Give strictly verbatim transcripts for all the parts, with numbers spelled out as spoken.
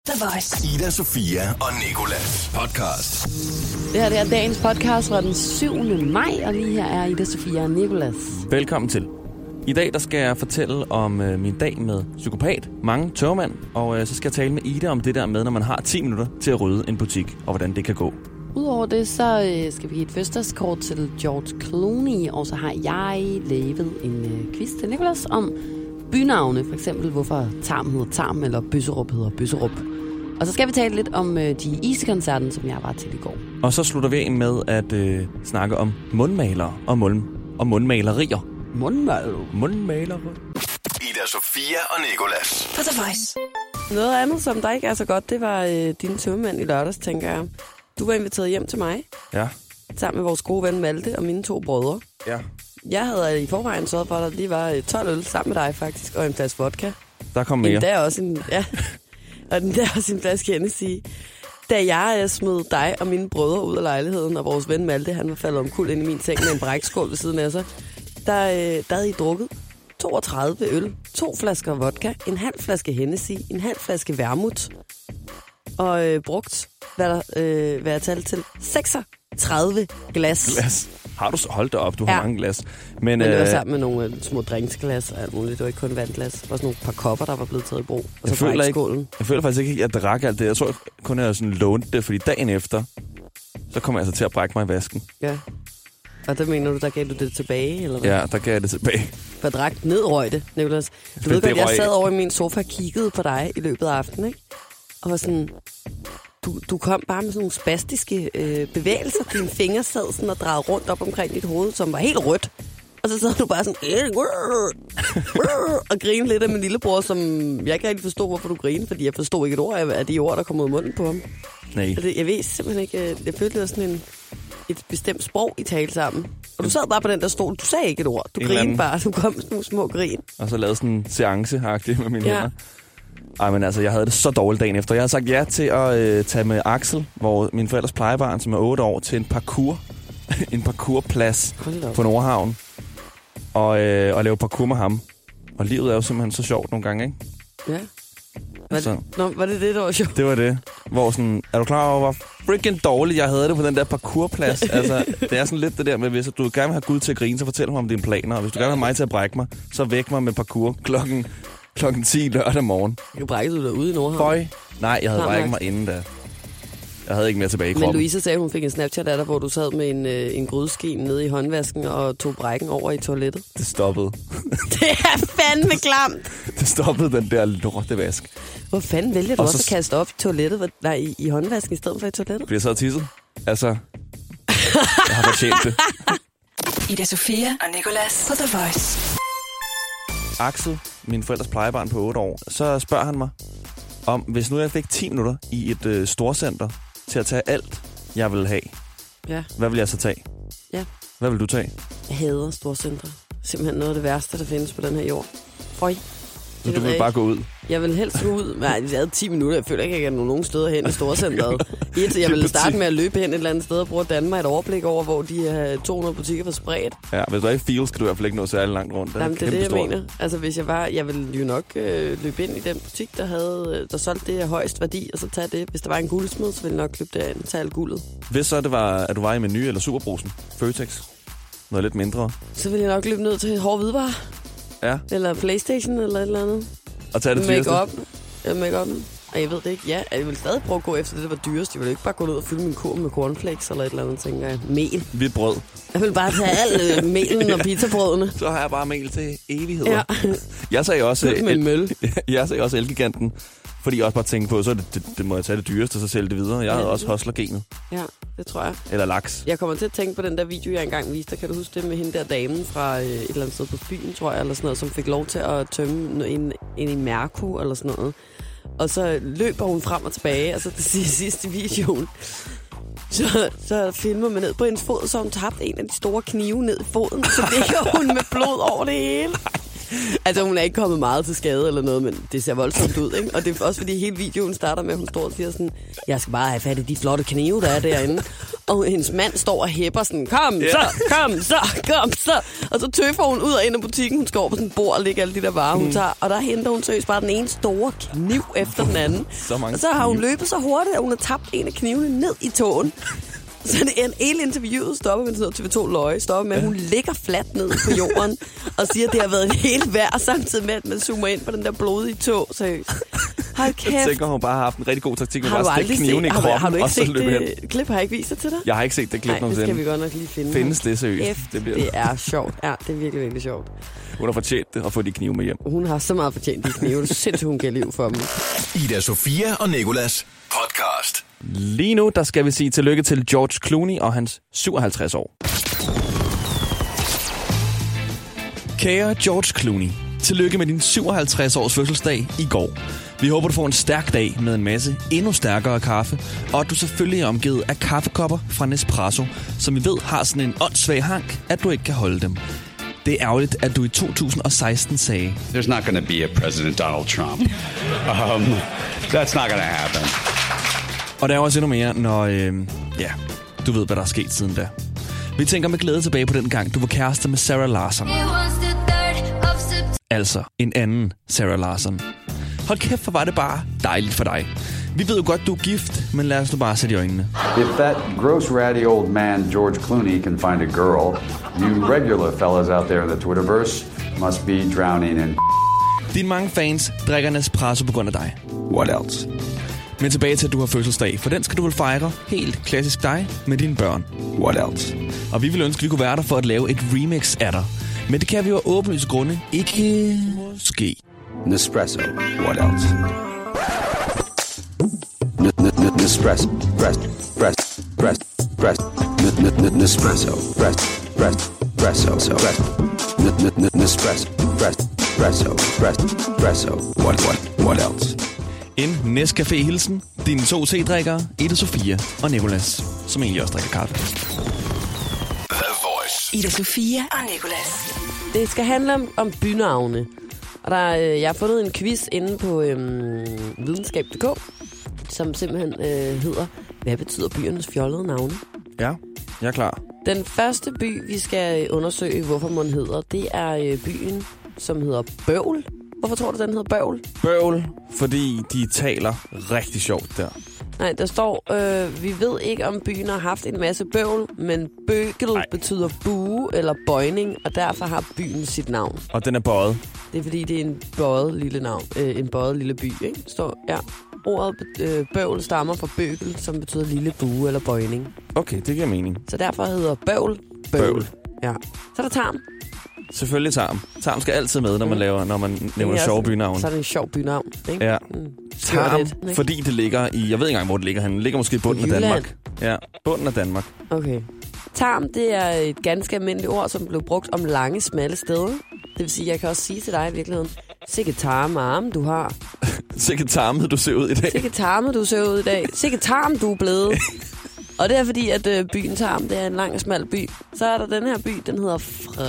The Voice. Ida, Sofia og Nicolas podcast. Det her det er dagens podcast fra den syvende maj, og lige her er Ida, Sofia og Nicolas. Velkommen til. I dag der skal jeg fortælle om øh, min dag med psykopat, mange tørmand, og øh, så skal jeg tale med Ida om det der med, når man har ti minutter til at rydde en butik, og hvordan det kan gå. Udover det, så øh, skal vi give et fødselsdagskort til George Clooney, og så har jeg lavet en øh, quiz til Nicolas om bynavne, for eksempel hvorfor Tarm hedder Tarm, eller Bøsserup hedder Bøsserup. Og så skal vi tale lidt om øh, de Easy-koncerten, som jeg var til i går. Og så slutter vi af med at øh, snakke om mundmalere og, mund, og mundmalerier. Mundmaler. Mundmalere. Ida, Sofia og Nicolas. For The Voice. Noget andet, som der ikke er så godt, det var øh, dine tømmand i lørdags, tænker jeg. Du var inviteret hjem til mig, Ja. sammen med vores gode ven Malte og mine to brødre. Ja. Jeg havde i forvejen sørget for, at der lige var tolv øl sammen med dig faktisk, og en flaske vodka. Der kom mere. En der også en, ja, og den der også en flaske Hennessy. Da jeg smed dig og mine brødre ud af lejligheden, og vores ven Malte, han var faldet omkuld ind i min seng med en brækskål ved siden af sig, der, der havde I drukket toogtredive øl, to flasker vodka, en halv flaske Hennessy, en halv flaske vermouth, og øh, brugt, hvad der øh, hvad jeg talte til, seksogtredive glas. Glas. Har du så holdt op, du har Ja. mange glas. Men, Men det var sammen med nogle øh, små drinksglas og alt muligt. Det var ikke kun vandglas. Det var sådan nogle par kopper, der var blevet taget i brug. Og jeg, så føler ikke, skålen. jeg føler faktisk ikke, at jeg drak alt det. Jeg tror kun, jeg sådan lånte det, fordi dagen efter, så kom jeg altså til at brække mig i vasken. Ja. Og der mener du, der gav du det tilbage, eller hvad? Ja, der gav jeg det tilbage. For jeg drak nedrøg det, Nicolas. Du Det- ved det godt, jeg røg sad ikke. over i min sofa og kiggede på dig i løbet af aftenen, ikke? Og var sådan... Du, du kom bare med sådan nogle spastiske øh, bevægelser. Dine fingre sad sådan og drejede rundt op omkring dit hoved, som var helt rødt. Og så sad du bare sådan... og grinede lidt af min lillebror, som jeg ikke rigtig forstod, hvorfor du grinede. Fordi jeg forstod ikke et ord af de ord, der kom ud af munden på ham. Nej. Altså, jeg ved simpelthen ikke... øh, Jeg følte, det var sådan en, et bestemt sprog, I talte sammen. Og du sad bare på den der stol. Du sagde ikke et ord. Du En eller grinede anden- bare. Du kom med sådan nogle små grin. Og så lavede sådan en seance-agtig med mine Ja. hænder. Ej, men altså, jeg havde det så dårligt dagen efter. Jeg havde sagt ja til at øh, tage med Axel, hvor min forældres plejebarn, som er otte år, til en parkour. en parkourplads Hold da op. på Nordhavn. Og, øh, og lave parkour med ham. Og livet er jo simpelthen så sjovt nogle gange, ikke? Ja. Var Så. det, nå, var det det, der var sjovt? Det var det. Hvor sådan, er du klar over, hvor freaking dårligt jeg havde det på den der parkourplads? Altså, det er sådan lidt det der med, hvis du gerne vil have Gud til at grine, så fortæl mig om dine planer. Og hvis du gerne vil have mig til at brække mig, så væk mig med parkour klokken, klokken ti lørdag morgen. Du brækkede du dig ude i Nordhavn. Føj. Nej, jeg havde Klar brækket nok. mig inden da. Jeg havde ikke mere tilbage i Men kroppen. Louisa sagde, hun fik en Snapchat af dig, hvor du sad med en, øh, en grydeskin nede i håndvasken og tog brækken over i toilettet. Det stoppede. Det er fandme klamt! Det stoppede den der lortevask. Hvor fanden vælger du Og også så- at kaste op i toilettet? Hvor- Nej, i, i håndvasken i stedet for i toilettet? Fordi jeg sad og tissede. Altså, jeg har fortjent det. Ida Sofia og Nicolas på The Voice. Axel, min forældres plejebarn på otte år, så spørger han mig om, hvis nu jeg fik ti minutter i et øh, storcenter til at tage alt, jeg vil have, Ja. hvad vil jeg så tage? Ja. Hvad vil du tage? Jeg hader storcentre. Simpelthen noget af det værste, der findes på den her jord. Føj. Så Det du ved vil jeg bare ikke. gå ud? Jeg vil helst gå ud. Nej, jeg havde ti minutter. Jeg føler ikke, at jeg kan nogen steder hen i storcenteret. Et, jeg ville starte med at løbe hen et eller andet sted og bruge Danmark et overblik over, hvor de her to hundrede butikker var spredt. Ja, hvis du er i feel, skal du i hvert fald ikke nå særlig langt rundt. Jamen, det er det, jeg kæmpestort. mener. Altså, hvis jeg var... Jeg ville jo nok øh, løbe ind i den butik, der havde der solgte det af højst værdi, og så tage det. Hvis der var en guldsmed, så ville jeg nok løbe derind og tage alt guldet. Hvis så det var, at du var i Meny eller Superbrusen, Føtex, noget lidt mindre, Så ville jeg nok løbe ned til hård hvidvare. ja, Eller Playstation, eller et eller andet. og tage det dyreste. Make-up. Ja, make-up. Og jeg ved det ikke. Ja, jeg vil stadig prøve at gå efter det, der var dyrest. Jeg vil ikke bare gå ned og fylde min kurv med cornflakes eller et eller andet, tænker jeg. Mel. Hvidt brød. Jeg vil bare tage al øh, melen og pizzabrødene. Så har jeg bare mel til evigheder. Ja. Jeg sagde også... Fyldt med en mølle. jeg sagde også Elgiganten, fordi jeg også bare tænkte på, så det, det, det må jeg tage det dyreste, og så sælge det videre. Jeg havde Ja. også hostlergenet. Ja, det tror jeg. Eller laks. Jeg kommer til at tænke på den der video, jeg engang viste. Kan du huske det med hende der damen fra øh, et eller andet sted på Fyn, tror jeg, eller sådan noget, som fik lov til at tømme en, en i Mærko eller sådan noget. Og så løber hun frem og tilbage, og så til sidst i videoen, så, så filmer man ned på hendes fod, så hun tabte en af de store knive ned i foden, så ligger hun med blod over det hele. Altså, hun er ikke kommet meget til skade eller noget, men det ser voldsomt ud, ikke? Og det er også fordi hele videoen starter med, at hun står og siger sådan, jeg skal bare have fat i de flotte knive, der er derinde. Og hendes mand står og hæpper sådan, kom så, kom så, kom så. Og så tøffer hun ud og ind af butikken. Hun skal over på sådan et bord og lægge alle de der varer, hun tager. Og der henter hun seriøst bare den ene store kniv efter den anden. Så mange og så har hun løbet så hurtigt, at hun har tabt en af knivene ned i tåen. Så det er en hele interviewet stopper med sådan T V to løje, stopper med, at hun ligger fladt ned på jorden og siger, at det har været et helt værd, samtidig med, at man zoomer ind på den der blodige tå, seriøst. Hold kæft. Jeg tænker, hun bare har haft en rigtig god taktik med Har bare at stikke kniven i kroppen, har du ikke og så set løbe hen. det klip? Har jeg ikke vist det til dig? Jeg har ikke set det klip Nej, nogensinde. det skal vi godt nok lige finde. Findes det seriøst? F, det, bliver... det er sjovt. Ja, det er virkelig, virkelig sjovt. Hun har fortjent det at få de knive med hjem. Hun har så meget fortjent de knive. Det er sindssygt, hun giver liv for dem. Ida Sofia og Nicolas podcast. Lige nu, der skal vi sige tillykke til George Clooney og hans syvoghalvtreds år. Kære George Clooney, tillykke med din syvoghalvtreds års fødselsdag i går. Vi håber, du får en stærk dag med en masse endnu stærkere kaffe, og at du selvfølgelig er omgivet af kaffekopper fra Nespresso, som vi ved har sådan en åndssvag hank, at du ikke kan holde dem. Det er ærgerligt, at du i to tusind og seksten sagde, There's not going to be a President Donald Trump. Um, that's not going to happen. Og der er også endnu mere, når, øh, ja, du ved, hvad der er sket siden da. Vi tænker med glæde tilbage på den gang, du var kæreste med Sarah Larson. Altså en anden Sarah Larson. Hold kæft, hvor var det bare dejligt for dig. Vi ved jo godt, du er gift, men lad os nu bare sætte i øjnene. If that gross, ratty old man, George Clooney, can find a girl, you regular fellas out there in the Twitterverse must be drowning in... Dine mange fans drikker Nespresso på grund af dig. What else? Men tilbage til, at du har fødselsdag, for den skal du vel fejre helt klassisk dig med dine børn. What else? Og vi vil ønske, at vi kunne være der for at lave et remix af dig. Men det kan vi jo af åbenlyse grunde ikke ske. Nespresso. What else? Nespresso. Press. Press. Press. Press. Nespresso. Press. Press. Presso. Press. Nespresso. Press. Presso. Press. Presso. What? What? What else? En Nescafé-hilsen, dine to te-drikkere, Ida Sofia og Nicolas, som egentlig også drikker kaffe. The Voice. Ida Sofia og Nicolas. Det skal handle om, om bynavne. Og der, øh, jeg har fundet en quiz inde på øh, videnskab punktum d k, som simpelthen øh, hedder, hvad betyder byernes fjollede navne? Ja, jeg er klar. Den første by, vi skal undersøge, hvorfor man hedder, det er øh, byen, som hedder Bøvl. Hvorfor tror du, den hedder Bøvl? Bøvl, fordi de taler rigtig sjovt der. Nej, der står, øh, vi ved ikke, om byen har haft en masse bøvl, men bøgel Ej. betyder bue eller bøjning, og derfor har byen sit navn. Og den er bøjet. Det er fordi, det er en bøjet lille navn, øh, en bøjet lille by, ikke? Står, ja. Ordet øh, bøvl stammer fra bøgel, som betyder lille bue eller bøjning. Okay, det giver mening. Så derfor hedder bøvl bøvl. Bøvl. Ja. Så er der tarm. Selvfølgelig tarm. Tarm skal altid med, når man laver, når man nævner sjove bynavn. Så er det en sjov bynavn, ikke? Ja. Mm. Tarm, det, ikke? fordi det ligger i, jeg ved ikke engang, hvor det ligger han. Det ligger måske i bunden af Jylland. Danmark. Ja, bunden af Danmark. Okay. Tarm, det er et ganske almindeligt ord, som blev brugt om lange, smalle steder. Det vil sige, jeg kan også sige til dig i virkeligheden, sikke tarme arme, du har. Sikke tarmet, du ser ud i dag. Sikke tarme, du ser ud i dag. Sikke tarm, du er blevet. Og det er fordi, at øh, byen Tarm, det er en lang og smal by. Så er der den her by, den hedder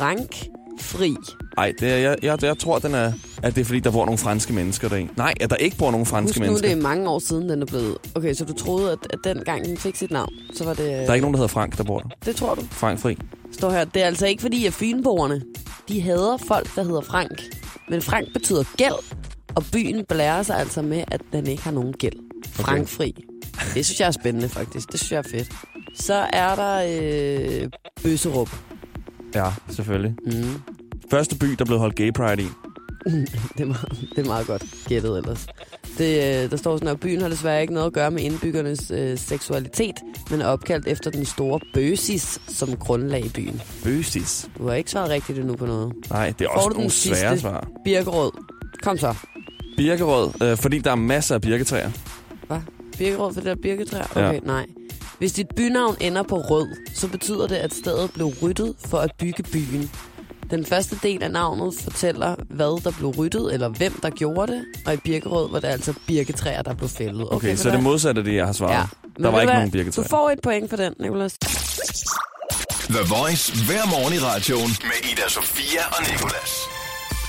Frankfri. Nej, det er, jeg, jeg, jeg tror, den er, at det er fordi, der bor nogle franske mennesker deri. Nej, at der ikke bor nogen franske Husk nu, mennesker. det er mange år siden, den er blevet... Okay, så du troede, at, at den gang den fik sit navn, så var det... Der er ikke nogen, der hedder Frank, der bor der. Det tror du. Frank Fri. Står her. Det er altså ikke fordi, at fynboerne, de hader folk, der hedder Frank. Men Frank betyder gæld, og byen blærer sig altså med, at den ikke har nogen gæld. Frankfri. Okay. Det synes jeg er spændende, faktisk. Det synes jeg er fedt. Så er der øh, Bøsserup. Ja, selvfølgelig. Mm. Første by, der blev holdt gay pride i. det, er meget, det er meget godt gættet ellers. Det, øh, der står sådan, at byen har desværre ikke noget at gøre med indbyggernes øh, seksualitet, men er opkaldt efter den store Bøsis, som grundlag i byen. Bøsis? Du har ikke svaret rigtigt endnu på noget. Nej, det er Får også du nogle den svære sidste? svar. Birkerød. Kom så. Birkerød, øh, fordi der er masser af birketræer. Hvad? Birkerød for det der birketræer? Okay, ja. Nej. Hvis dit bynavn ender på rød, så betyder det, at stedet blev ryddet for at bygge byen. Den første del af navnet fortæller, hvad der blev ryddet, eller hvem der gjorde det. Og i Birkerød var det altså birketræer, der blev fældet. Okay, okay så det modsatte det, jeg har svaret. Ja. Der var ikke nogen birketræer. Du får et point for den, Nicolas. The Voice hver morgen i radioen med Ida Sofia og Nicolas.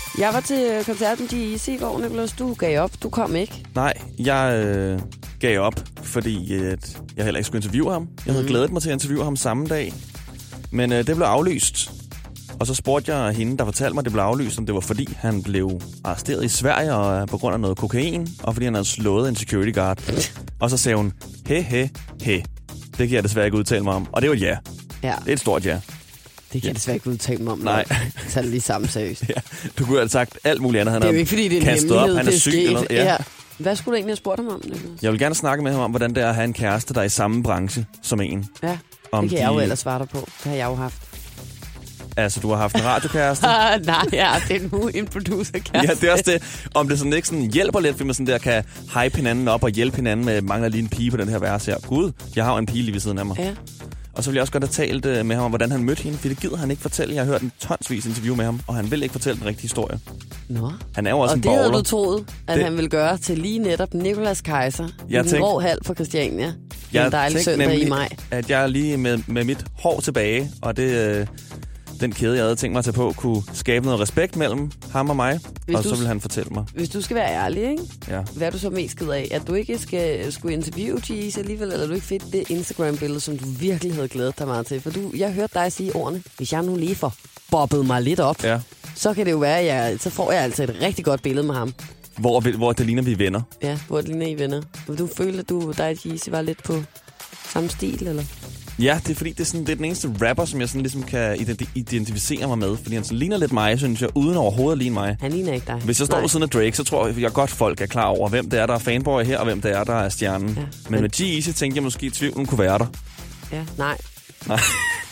Jeg var til koncerten i G-Eazy i går, Nicolas. Du gav op. Du kom ikke. Nej, jeg øh, gav op, fordi øh, jeg heller ikke skulle interviewe ham. Jeg havde mm. glædet mig til at interviewe ham samme dag. Men øh, det blev aflyst. Og så spurgte jeg hende, der fortalte mig, at det blev aflyst, om det var fordi, han blev arresteret i Sverige og på grund af noget kokain, og fordi han havde slået en security guard. Og så sagde hun, he, he, he. Det kan jeg desværre ikke udtale mig om. Og det var et ja. Ja. Det er et stort ja. Det kan ja. jeg desværre ikke udtale mig om. Nej. Tag det lige sammen seriøst. Ja. Du kunne have sagt alt muligt andet. Han det er jo ikke, fordi det er en kastet op, han er syg eller noget. Ja. Ja. Hvad skulle du egentlig have spurgt ham om? Nicolas? Jeg vil gerne snakke med ham om, hvordan det er at have en kæreste, der er i samme branche som en. Ja, om det kan de... jeg jo ellers svare dig på. Det har jeg jo haft. Altså, du har haft en radiokæreste? Nej, ja, det er nu en producerkæreste. Ja, det er også det. Om det sådan ikke sådan hjælper lidt, fordi man sådan der kan hype hinanden op og hjælpe hinanden med, mangler lige en pige på den her vers her. Gud, jeg har jo en pige lige ved siden af mig. Ja. Og så vil jeg også godt have talt med ham om, hvordan han mødte hende, for det gider han ikke fortælle. Jeg har hørt en tonsvis interview med ham, og han vil ikke fortælle den rigtige historie. Nå. Han er jo også og en det bowler. havde du troet, at det... han ville gøre til lige netop Nicolas Kaiser i jeg den tænkte... grå hal på Christiania. Jeg en dejlig søndag nemlig, i maj. At jeg lige med, med mit hår tilbage, og det... Øh... den kæde, jeg havde tænkt mig at tage på, kunne skabe noget respekt mellem ham og mig, hvis og så vil han fortælle mig. Hvis du skal være ærlig, ikke? Ja. Hvad er du så mest ked af? At du ikke skal, skulle interviewe G-Eazy alligevel, eller du ikke fedt det Instagram-billede, som du virkelig havde glædet dig meget til? For du, jeg hørte dig sige ordene, hvis jeg nu lige får bobbet mig lidt op, ja. så kan det jo være, at jeg, så får jeg altså et rigtig godt billede med ham. Hvor, hvor det ligner, vi er venner. Ja, hvor det ligner, I venner. Du føler, at du, dig og G-Eazy var lidt på samme stil, eller? Ja, det er fordi, det er, sådan, det er den eneste rapper, som jeg sådan ligesom kan identi- identificere mig med. Fordi han sådan ligner lidt mig, synes jeg, uden overhovedet at ligne mig. Han ligner ikke dig. Hvis jeg står ved siden af Drake, så tror jeg, jeg godt folk er klar over, hvem det er, der er fanboy her, og hvem det er, der er stjernen. Ja, men, men med G-Eazy tænkte jeg måske, at tvivlen kunne være der. Ja, nej. Nej.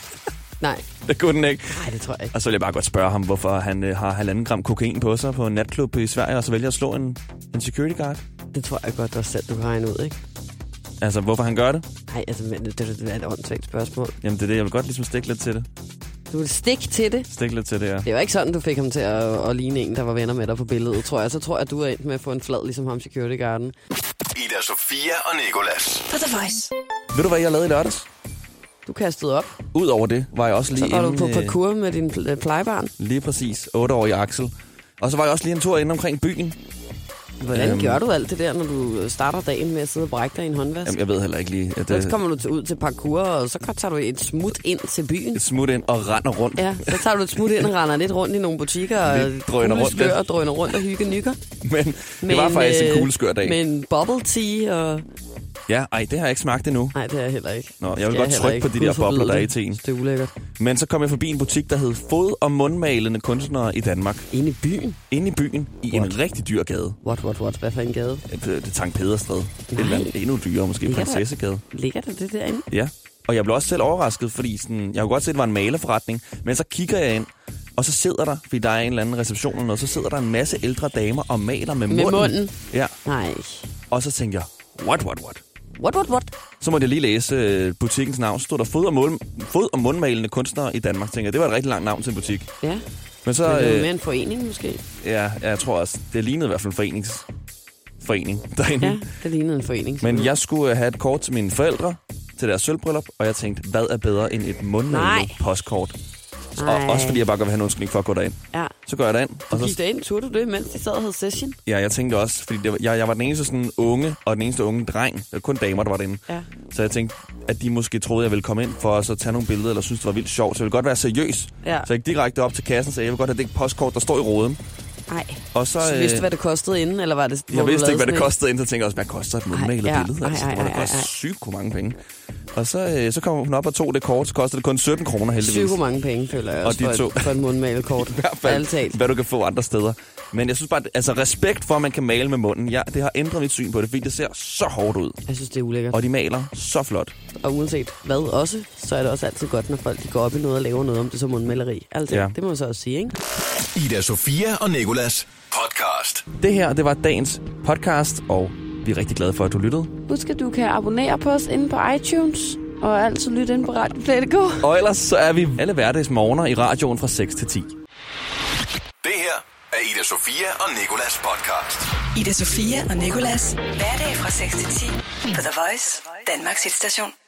Nej. Det kunne den ikke. Nej, det tror jeg ikke. Og så vil jeg bare godt spørge ham, hvorfor han øh, har halvanden gram kokain på sig på en natklub i Sverige, og så vælger at slå en, en security guard. Det tror jeg godt også selv, du kan regne ud, ikke? Altså, hvorfor han gør det? Nej, altså, men det, det er et åndssvagt spørgsmål. Jamen, det er det. Jeg vil godt ligesom stikke lidt til det. Du vil stikke til det? Stikke lidt til det, ja. Det var ikke sådan, du fik ham til at, at ligne en, der var venner med dig på billedet, tror jeg. Så tror jeg, at du er endt med at få en flad, ligesom ham security guarden. Ida Sofia og Nicolas. For The Voice. Ved du, hvad jeg lavede i lørdags? Du kastede op. Udover det var jeg også lige Så var inde, du på parkour med din plejebarn. Lige præcis. otteårig Axel. Og så var jeg også lige en tur inde omkring byen. Hvordan øhm, gør du alt det der, når du starter dagen med at sidde og brække dig i en håndvask? Jamen, jeg ved heller ikke lige. At, så kommer du ud til parkour, og så tager du et smut ind til byen. Et smut ind og render rundt. Ja, så tager du et smut ind og render lidt rundt i nogle butikker. Og drøner rundt skør, og drøner rundt og hygge nykker. Men det men, var faktisk øh, en cool skør dag. Med en bubble tea og... Ja, ej, det har jeg ikke smagt endnu. Nej, det har jeg heller ikke. Nå, jeg vil godt trykke på de der bobler, der er i teen. Det er ulækkert. Men så kom jeg forbi en butik, der hed Fod- og mundmalende kunstnere i Danmark. Inde i byen? Inde i byen, i what? En rigtig dyr gade. What, what, what? Hvad for en gade? Det er Sankt Pederstræde. Det er endnu dyrere, måske ligger Prinsessegade. Der, ligger der det derinde? Ja, og jeg blev også selv overrasket, fordi sådan, jeg kunne godt se, at det var en malerforretning. Men så kigger jeg ind, og så sidder der, fordi der er en eller anden reception eller noget, så sidder der en masse ældre damer og maler med, med munden. munden? Ja. Nej. Og så tænkte jeg, what, what, what? What, what, what? Så måtte jeg lige læse uh, butikkens navn. Så stod der fod- og, mål- fod- og mundmalende kunstnere i Danmark. Tænkte jeg, det var et rigtig langt navn til en butik. Ja. Men så, Men det var øh, mere en forening, måske? Ja, ja, jeg tror også, det lignede i hvert fald en forenings... forening derinde. Ja, det lignede en forening. Men jeg skulle have et kort til mine forældre til deres sølvbryllup, og jeg tænkte, hvad er bedre end et mundmalet postkort? Og også fordi jeg bare godt vil have en undskyldning for at gå derind. Ja. Så går jeg derind. Og så gik derind, tog du det, mens de sad og havde session? Ja, jeg tænkte også, fordi det var, jeg, jeg var den eneste sådan unge, og den eneste unge dreng. Det var kun damer, der var derinde. Ja. Så jeg tænkte, at de måske troede, jeg ville komme ind for at så tage nogle billeder, eller synes det var vildt sjovt. Så jeg ville godt være seriøs. Ja. Så jeg gik direkte op til kassen og sagde, jeg vil godt have det postkort, der står i råden. Nej. Og så, så vidste du, hvad det kostede inden, eller var det... Jeg vidste ikke, hvad det kostede inden, så tænkte jeg også, hvad koster et mundmalet ja. billede? Altså, det var da koste sygt mange penge. Og så, øh, så kom hun op og tog det kort, så kostede det kun sytten kroner heldigvis. Sygt mange penge, føler jeg også, og de for, et, for et mundmalet kort. I hvert fald, hvad du kan få andre steder. Men jeg synes bare, altså respekt for, at man kan male med munden, ja, det har ændret mit syn på det, fordi det ser så hårdt ud. Jeg synes, det er ulækkert. Og de maler så flot. Og uanset hvad også, så er det også altid godt, når folk de går op i noget og laver noget, om det så mundmaleri. Altså, ja. Det må man så også sige, ikke? Ida Sofia og Nicolas podcast. Det her, det var dagens podcast, og vi er rigtig glade for, at du lyttede. Husk, at du kan abonnere på os inde på iTunes, og altid lytte inde på Radio Play punktum d k. Og ellers så er vi alle hverdagsmorgener i radioen fra seks til ti. Det her er Ida Sofia og Nicolas podcast. Ida Sofia og Nicolas. Hverdag fra seks til ti på The Voice, Danmarks hitstation.